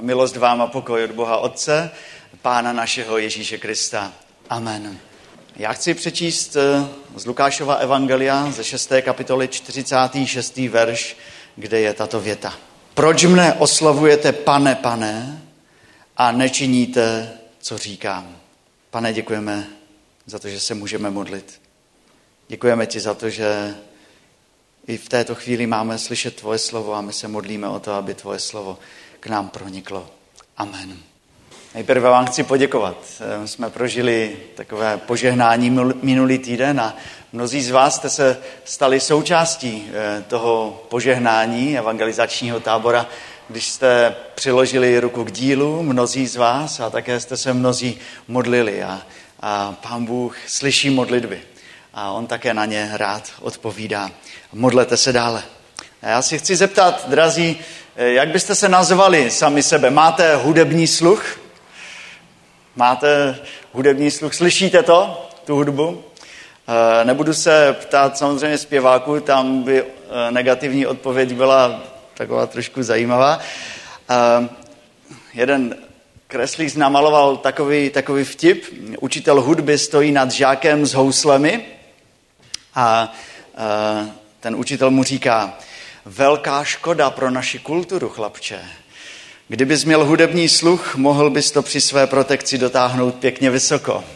milost vám a pokoj od Boha Otce, Pána našeho Ježíše Krista. Amen. Já chci přečíst z Lukášova evangelia ze 6. kapitoly 46. verš, kde je tato věta. Proč mne oslavujete, Pane, Pane, a nečiníte, co říkám? Pane, děkujeme za to, že se můžeme modlit. Děkujeme ti za to, že i v této chvíli máme slyšet tvoje slovo a my se modlíme o to, aby tvoje slovo k nám proniklo. Amen. Nejprve vám chci poděkovat. Jsme prožili takové požehnání minulý týden a mnozí z vás jste se stali součástí toho požehnání evangelizačního tábora, když jste přiložili ruku k dílu, mnozí z vás, a také jste se mnozí modlili a Pán Bůh slyší modlitby a on také na ně rád odpovídá. Modlete se dále. A já si chci zeptat, drazí, jak byste se nazvali sami sebe? Máte hudební sluch? Máte hudební sluch? Slyšíte to, tu hudbu? Nebudu se ptát samozřejmě zpěváků, tam by negativní odpověď byla taková trošku zajímavá. Jeden kreslíř namaloval takový vtip. Učitel hudby stojí nad žákem s houslemi a ten učitel mu říká: velká škoda pro naši kulturu, chlapče. Kdybys měl hudební sluch, mohl bys to při své protekci dotáhnout pěkně vysoko.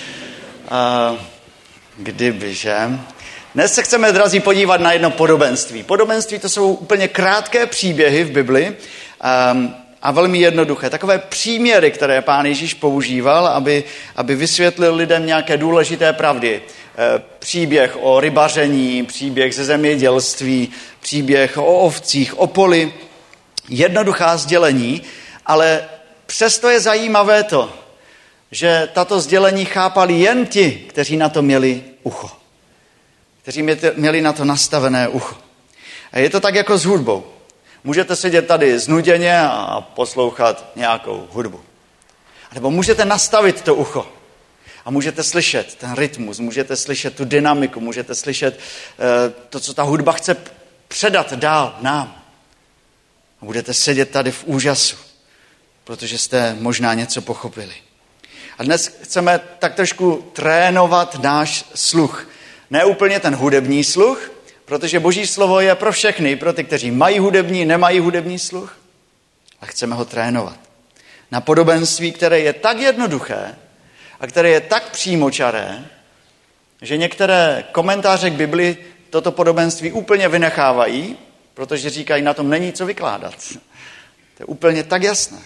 Kdyby, že? Dnes se chceme, drazí, podívat na jedno podobenství. Podobenství to jsou úplně krátké příběhy v Bibli a velmi jednoduché. Takové příměry, které Pán Ježíš používal, aby vysvětlil lidem nějaké důležité pravdy. Příběh o rybaření, příběh ze zemědělství, příběh o ovcích, o poli. Jednoduchá sdělení, ale přesto je zajímavé to, že tato sdělení chápali jen ti, kteří na to měli ucho. Kteří měli na to nastavené ucho. A je to tak jako s hudbou. Můžete sedět tady znuděně a poslouchat nějakou hudbu. Nebo můžete nastavit to ucho. A můžete slyšet ten rytmus, můžete slyšet tu dynamiku, můžete slyšet to, co ta hudba chce předat dál nám. A budete sedět tady v úžasu, protože jste možná něco pochopili. A dnes chceme tak trošku trénovat náš sluch. Ne úplně ten hudební sluch, protože Boží slovo je pro všechny, pro ty, kteří mají hudební, nemají hudební sluch. A chceme ho trénovat. Na podobenství, které je tak jednoduché a které je tak přímočaré, že některé komentáře k Bibli toto podobenství úplně vynechávají, protože říkají, na tom není co vykládat. To je úplně tak jasné.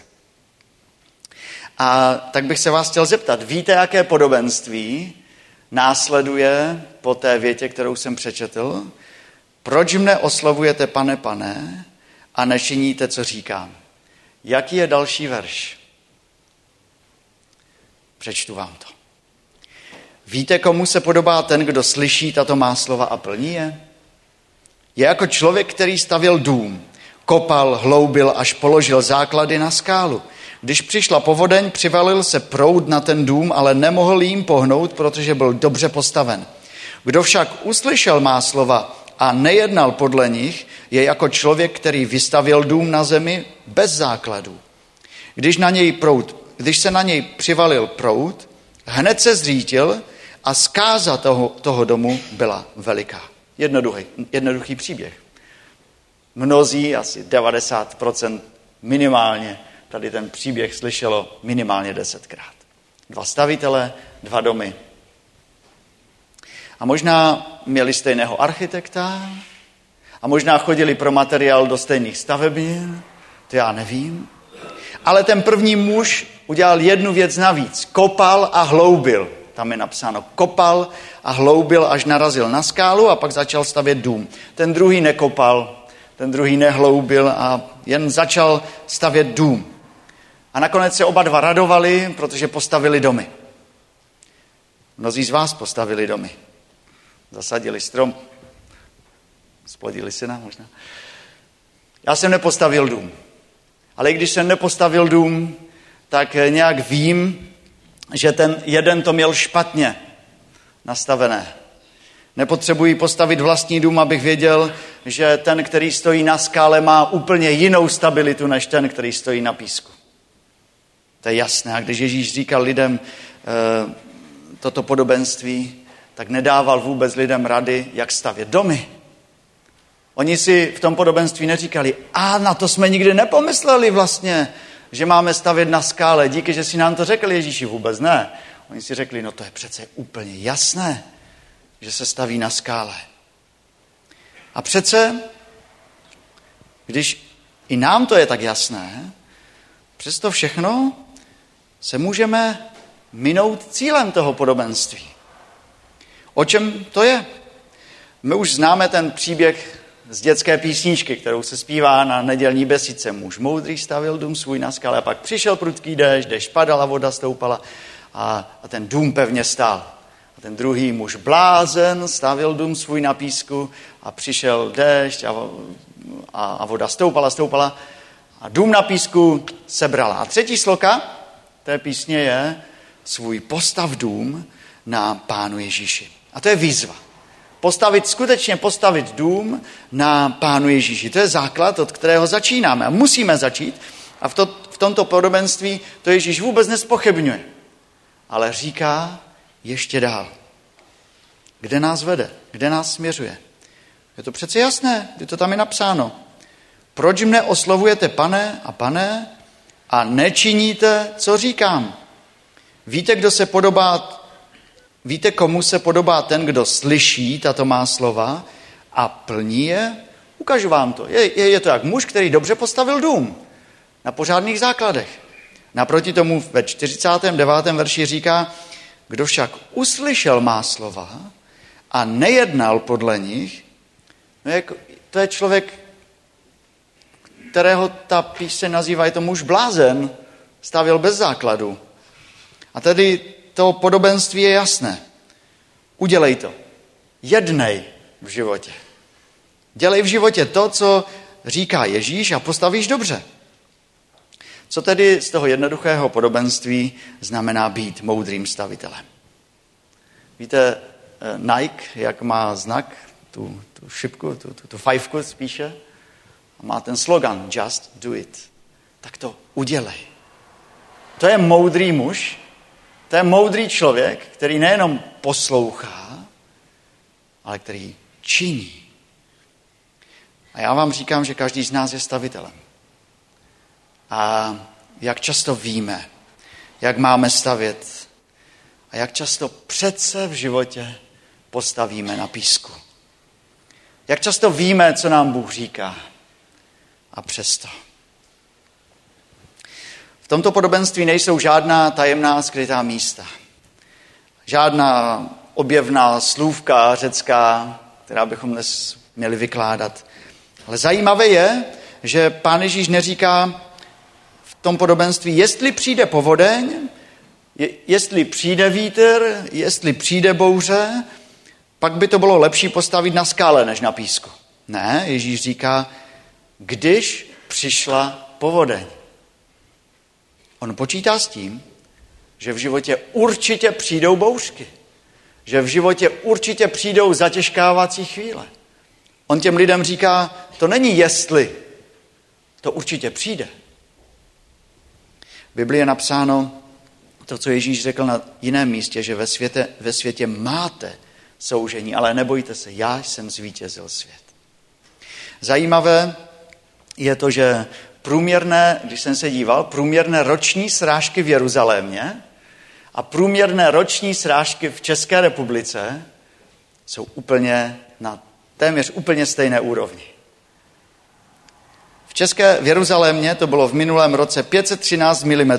A tak bych se vás chtěl zeptat, víte, jaké podobenství následuje po té větě, kterou jsem přečetl? Proč mne oslavujete, Pane, Pane, a nečiníte, co říkám? Jaký je další verš? Přečtu vám to. Víte, komu se podobá ten, kdo slyší tato má slova a plní je? Je jako člověk, který stavěl dům, kopal, hloubil, až položil základy na skálu. Když přišla povodeň, přivalil se proud na ten dům, ale nemohl jím pohnout, protože byl dobře postaven. Kdo však uslyšel má slova a nejednal podle nich, je jako člověk, který vystavěl dům na zemi bez základů. Když se na něj přivalil proud, hned se zřítil a zkáza toho domu byla veliká. Jednoduchý příběh. Mnozí, asi 90% minimálně, tady ten příběh slyšelo minimálně 10krát. 2 stavitele, 2 domy. A možná měli stejného architekta, a možná chodili pro materiál do stejných stavebnin, to já nevím. Ale ten první muž udělal jednu věc navíc. Kopal a hloubil. Tam je napsáno kopal a hloubil, až narazil na skálu a pak začal stavět dům. Ten druhý nekopal, ten druhý nehloubil a jen začal stavět dům. A nakonec se oba dva radovali, protože postavili domy. Mnozí z vás postavili domy. Zasadili strom, splodili syna možná. Já jsem nepostavil dům. Ale i když jsem nepostavil dům, tak nějak vím, že ten jeden to měl špatně nastavené. Nepotřebuji postavit vlastní dům, abych věděl, že ten, který stojí na skále, má úplně jinou stabilitu, než ten, který stojí na písku. To je jasné. A když Ježíš říkal lidem toto podobenství, tak nedával vůbec lidem rady, jak stavět domy. Oni si v tom podobenství neříkali, na to jsme nikdy nepomysleli vlastně, že máme stavět na skále. Díky, že si nám to řekl, Ježíši, vůbec ne. Oni si řekli, no to je přece úplně jasné, že se staví na skále. A přece, když i nám to je tak jasné, přesto všechno se můžeme minout cílem toho podobenství. O čem to je? My už známe ten příběh z dětské písničky, kterou se zpívá na nedělní besídce. Muž moudrý stavěl dům svůj na skále a pak přišel prudký déšť padal a voda stoupala a ten dům pevně stál. A ten druhý muž blázen stavěl dům svůj na písku a přišel déšť a voda stoupala a dům na písku sebrala. A třetí sloka té písně je svůj postav dům na Pánu Ježíši. A to je výzva. Skutečně postavit dům na Pánu Ježíši. To je základ, od kterého začínáme. A musíme začít. A v tomto podobenství to Ježíš vůbec nezpochybňuje. Ale říká ještě dál. Kde nás vede? Kde nás směřuje? Je to přece jasné, kdy to tam je napsáno. Proč mne oslovujete pane a nečiníte, co říkám? Víte, komu se podobá ten, kdo slyší tato má slova a plní je? Ukážu vám to. Je to jak muž, který dobře postavil dům na pořádných základech. Naproti tomu ve 49. verši říká, kdo však uslyšel má slova a nejednal podle nich, to je člověk, kterého ta píseň nazývá, je to muž blázen, stavěl bez základu. A tedy to podobenství je jasné. Udělej to. Jednej v životě. Dělej v životě to, co říká Ježíš a postavíš dobře. Co tedy z toho jednoduchého podobenství znamená být moudrým stavitelem? Víte, Nike, jak má znak, tu šipku, tu fajfku spíše, a má ten slogan Just do it. Tak to udělej. To je moudrý muž, to je moudrý člověk, který nejenom poslouchá, ale který činí. A já vám říkám, že každý z nás je stavitelem. A jak často víme, jak máme stavět a jak často přece v životě postavíme na písku. Jak často víme, co nám Bůh říká a přesto. V tomto podobenství nejsou žádná tajemná skrytá místa. Žádná objevná slůvka řecká, která bychom dnes měli vykládat. Ale zajímavé je, že Pán Ježíš neříká v tom podobenství, jestli přijde povodeň, jestli přijde vítr, jestli přijde bouře, pak by to bylo lepší postavit na skále než na písku. Ne, Ježíš říká, když přišla povodeň. On počítá s tím, že v životě určitě přijdou bouřky, že v životě určitě přijdou zatěžkávací chvíle. On těm lidem říká, to není jestli, to určitě přijde. V Biblii je napsáno to, co Ježíš řekl na jiném místě, že ve světě máte soužení, ale nebojte se, já jsem zvítězil svět. Zajímavé je to, že když jsem se díval, průměrné roční srážky v Jeruzalémě a průměrné roční srážky v České republice jsou na téměř úplně stejné úrovni. V Jeruzalémě to bylo v minulém roce 513 mm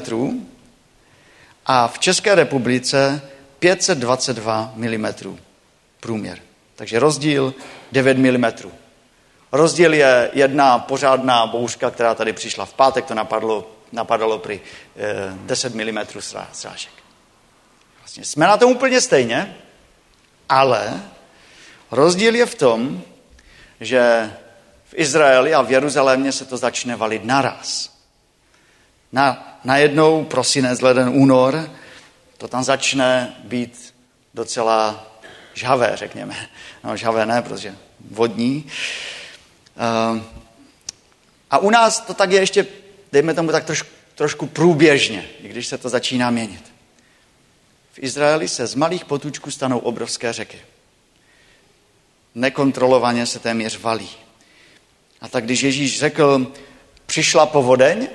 a v České republice 522 mm průměr. Takže rozdíl 9 mm. Rozdíl je jedna pořádná bouřka, která tady přišla v pátek, to napadalo při 10 mm srážek. Vlastně jsme na tom úplně stejně, ale rozdíl je v tom, že v Izraeli a v Jeruzalémě se to začne valit naraz. Najednou prosinec, leden, únor, to tam začne být docela žhavé, řekněme. No, žhavé ne, protože vodní. A u nás to tak je ještě, dejme tomu tak trošku průběžně, i když se to začíná měnit. V Izraeli se z malých potůčků stanou obrovské řeky. Nekontrolovaně se téměř valí. A tak když Ježíš řekl, přišla povodeň,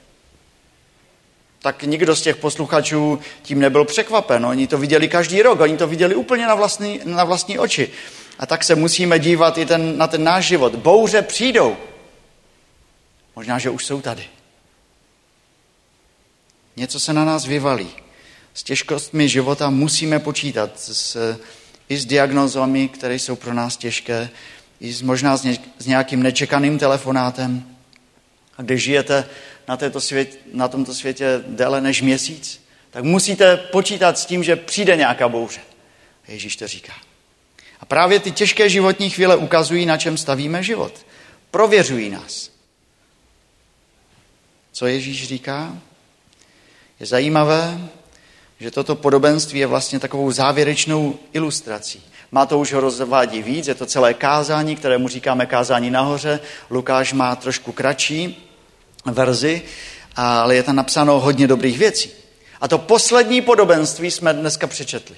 tak nikdo z těch posluchačů tím nebyl překvapen. Oni to viděli každý rok, oni to viděli úplně na vlastní oči. A tak se musíme dívat i na ten náš život. Bouře přijdou. Možná, že už jsou tady. Něco se na nás vyvalí. S těžkostmi života musíme počítat. I s diagnózami, které jsou pro nás těžké. I možná s nějakým nečekaným telefonátem. A když žijete na tomto světě déle než měsíc, tak musíte počítat s tím, že přijde nějaká bouře. Ježíš to říká. A právě ty těžké životní chvíle ukazují, na čem stavíme život. Prověřují nás. Co Ježíš říká? Je zajímavé, že toto podobenství je vlastně takovou závěrečnou ilustrací. Matouš ho rozvádí víc, je to celé kázání, kterému říkáme kázání nahoře. Lukáš má trošku kratší verzi, ale je tam napsáno hodně dobrých věcí. A to poslední podobenství jsme dneska přečetli.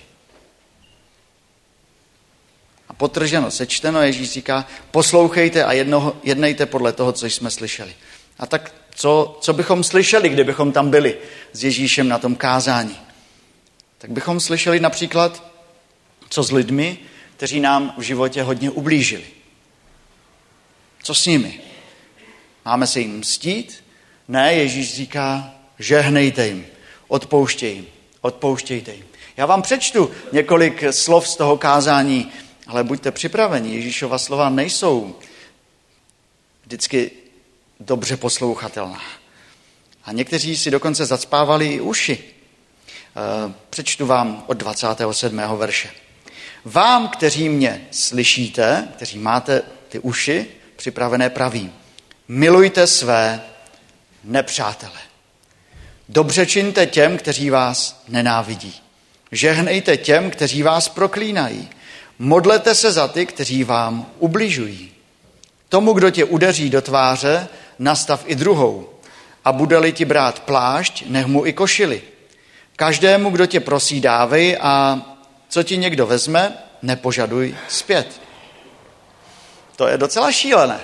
A podtrženo, sečteno, Ježíš říká, poslouchejte a jednejte podle toho, co jsme slyšeli. A tak co bychom slyšeli, kdybychom tam byli s Ježíšem na tom kázání? Tak bychom slyšeli například, co s lidmi, kteří nám v životě hodně ublížili. Co s nimi? Máme se jim mstít? Ne, Ježíš říká, žehnejte jim, odpouštějte jim. Já vám přečtu několik slov z toho kázání, ale buďte připraveni. Ježíšova slova nejsou vždycky dobře poslouchatelná. A někteří si dokonce zacpávali i uši. Přečtu vám od 27. verše. Vám, kteří mě slyšíte, kteří máte ty uši připravené, pravím, milujte své nepřátele. Dobře čiňte těm, kteří vás nenávidí. Žehnejte těm, kteří vás proklínají. Modlete se za ty, kteří vám ubližují. Tomu, kdo tě udeří do tváře, nastav i druhou. A bude-li ti brát plášť, nech mu i košili. Každému, kdo tě prosí, dávej a co ti někdo vezme, nepožaduj zpět. To je docela šílené.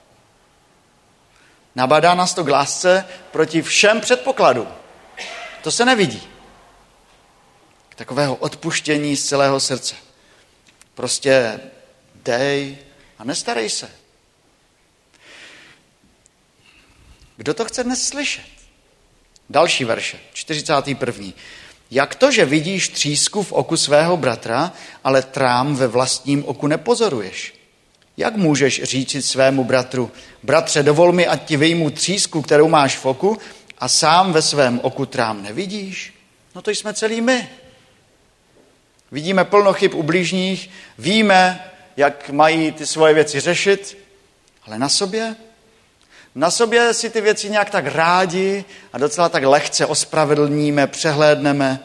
Nabádá nás to k lásce proti všem předpokladům. To se nevidí. K takového odpuštění z celého srdce. Prostě dej a nestarej se. Kdo to chce dnes slyšet? Další verše, 41. Jak to, že vidíš třísku v oku svého bratra, ale trám ve vlastním oku nepozoruješ? Jak můžeš říct svému bratru, bratře, dovol mi, ať ti vyjmu třísku, kterou máš v oku, a sám ve svém oku trám nevidíš? No to jsme celý my. Vidíme plno chyb u bližních, víme, jak mají ty svoje věci řešit, ale na sobě si ty věci nějak tak rádi a docela tak lehce ospravedlníme, přehlédneme.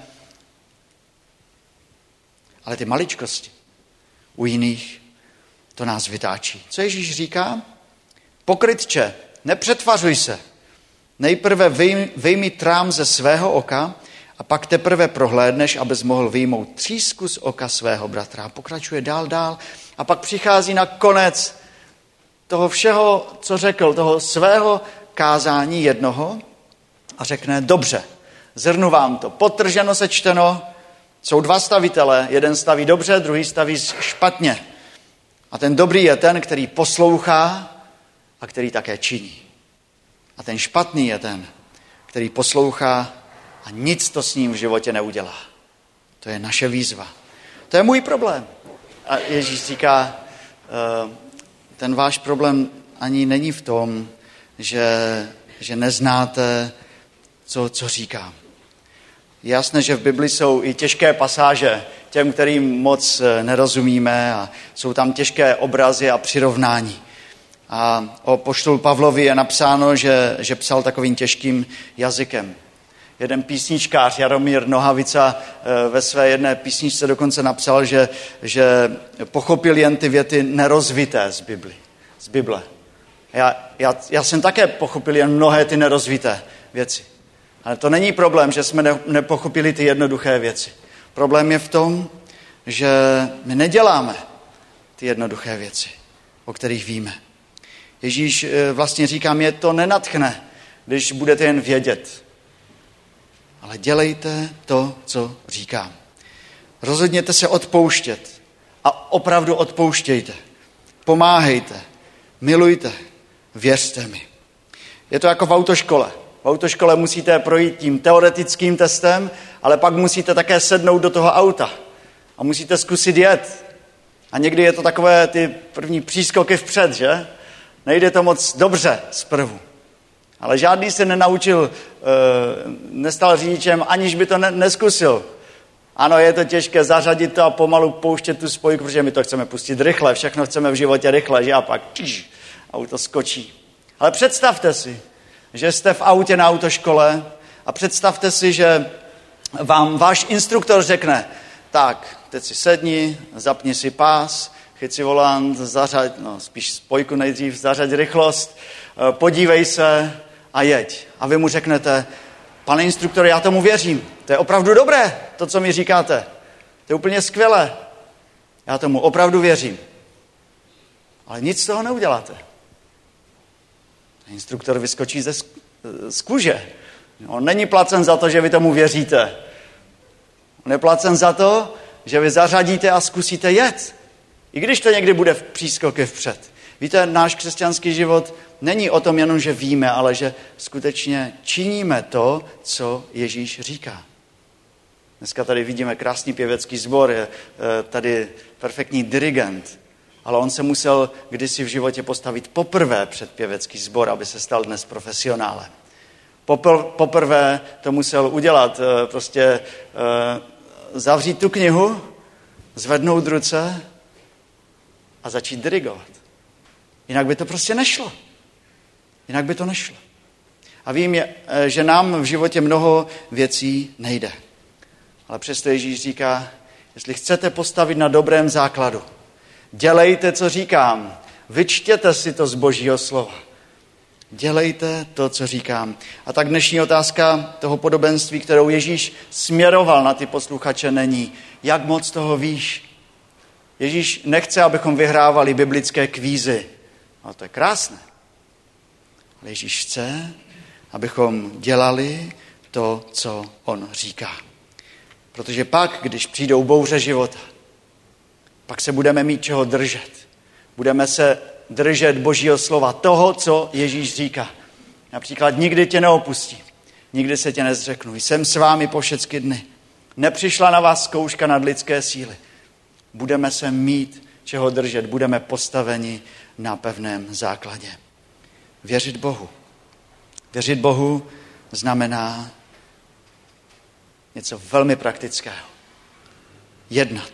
Ale ty maličkosti u jiných, to nás vytáčí. Co Ježíš říká? Pokrytče, nepřetvařuj se. Nejprve vyjmi trám ze svého oka a pak teprve prohlédneš, abys mohl vyjmout třísku z oka svého bratra. Pokračuje dál a pak přichází na konec toho všeho, co řekl, toho svého kázání jednoho a řekne, dobře, zhrnu vám to, podtrženo, sečteno, jsou dva stavitele, jeden staví dobře, druhý staví špatně. A ten dobrý je ten, který poslouchá a který také činí. A ten špatný je ten, který poslouchá a nic to s ním v životě neudělá. To je naše výzva. To je můj problém. A Ježíš říká, ten váš problém ani není v tom, že neznáte, co říkám. Je jasné, že v Bibli jsou i těžké pasáže těm, kterým moc nerozumíme a jsou tam těžké obrazy a přirovnání. A o apoštolu Pavlovi je napsáno, že psal takovým těžkým jazykem. Jeden písničkář, Jaromír Nohavica, ve své jedné písničce dokonce napsal, že pochopil jen ty věty nerozvité z Bible. Já jsem také pochopil jen mnohé ty nerozvité věci. Ale to není problém, že jsme nepochopili ty jednoduché věci. Problém je v tom, že my neděláme ty jednoduché věci, o kterých víme. Ježíš vlastně říká, mě to nenadchne, když budete jen vědět. Ale dělejte to, co říkám. Rozhodněte se odpouštět a opravdu odpouštějte. Pomáhejte, milujte, věřte mi. Je to jako v autoškole. V autoškole musíte projít tím teoretickým testem, ale pak musíte také sednout do toho auta a musíte zkusit jet. A někdy je to takové ty první přískoky vpřed, že? Nejde to moc dobře zprvu. Ale žádný se nenaučil, nestal řidičem, aniž by to neskusil. Ano, je to těžké zařadit to a pomalu pouštět tu spojku, protože my to chceme pustit rychle, všechno chceme v životě rychle, že? A pak auto skočí. Ale představte si, že jste v autě na autoškole a představte si, že vám váš instruktor řekne, tak, teď si sedni, zapni si pás, chyť si volant, spíš spojku nejdřív, zařaď rychlost, podívej se a jeď. A vy mu řeknete, pane instruktore, já tomu věřím, to je opravdu dobré, to, co mi říkáte, to je úplně skvělé, já tomu opravdu věřím. Ale nic z toho neuděláte. Instruktor vyskočí z kůže. On není placen za to, že vy tomu věříte. On je placen za to, že vy zařadíte a zkusíte jet. I když to někdy bude v přískoky vpřed. Víte, náš křesťanský život není o tom jenom, že víme, ale že skutečně činíme to, co Ježíš říká. Dneska tady vidíme krásný pěvecký sbor, je tady perfektní dirigent, ale on se musel kdysi v životě postavit poprvé před pěvecký sbor, aby se stal dnes profesionálem. Poprvé to musel udělat, zavřít tu knihu, zvednout ruce a začít dirigovat. Jinak by to prostě nešlo. Jinak by to nešlo. A vím, že nám v životě mnoho věcí nejde. Ale přesto Ježíš říká, jestli chcete postavit na dobrém základu, dělejte, co říkám. Vyčtěte si to z Božího slova. Dělejte to, co říkám. A tak dnešní otázka toho podobenství, kterou Ježíš směroval na ty posluchače, není, jak moc toho víš. Ježíš nechce, abychom vyhrávali biblické kvízy. A to je krásné. Ale Ježíš chce, abychom dělali to, co on říká. Protože pak, když přijdou bouře života, pak se budeme mít čeho držet. Budeme se držet Božího slova, toho, co Ježíš říká. Například nikdy tě neopustím, nikdy se tě nezřeknu. Jsem s vámi po všechny dny. Nepřišla na vás zkouška nad lidské síly. Budeme se mít čeho držet, budeme postaveni na pevném základě. Věřit Bohu. Věřit Bohu znamená něco velmi praktického. Jednat.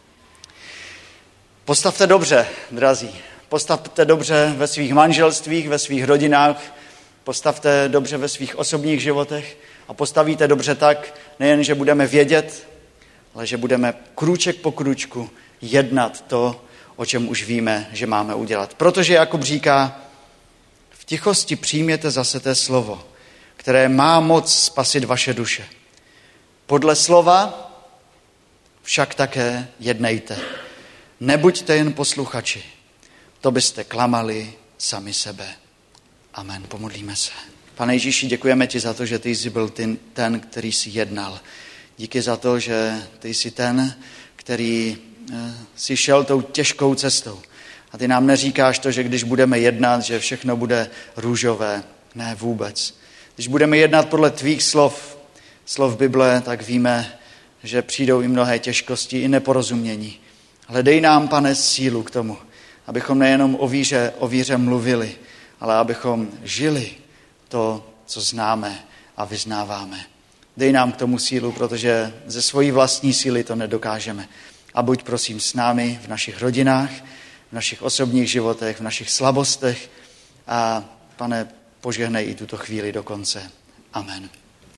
Postavte dobře, drazí. Postavte dobře ve svých manželstvích, ve svých rodinách, postavte dobře ve svých osobních životech a postavíte dobře tak, nejen, že budeme vědět, ale že budeme krůček po krůčku jednat to, o čem už víme, že máme udělat. Protože Jakub říká, v tichosti přijměte zase té slovo, které má moc spasit vaše duše. Podle slova však také jednejte. Nebuďte jen posluchači, to byste klamali sami sebe. Amen. Pomodlíme se. Pane Ježíši, děkujeme ti za to, že ty jsi byl ten, který jsi jednal. Díky za to, že ty jsi ten, který si šel tou těžkou cestou. A ty nám neříkáš to, že když budeme jednat, že všechno bude růžové. Ne, vůbec. Když budeme jednat podle tvých slov Bible, tak víme, že přijdou i mnohé těžkosti, i neporozumění. Ale dej nám, Pane, sílu k tomu, abychom nejenom o víře mluvili, ale abychom žili to, co známe a vyznáváme. Dej nám k tomu sílu, protože ze svojí vlastní síly to nedokážeme. A buď prosím s námi v našich rodinách, v našich osobních životech, v našich slabostech a, Pane, požehnej i tuto chvíli do konce. Amen.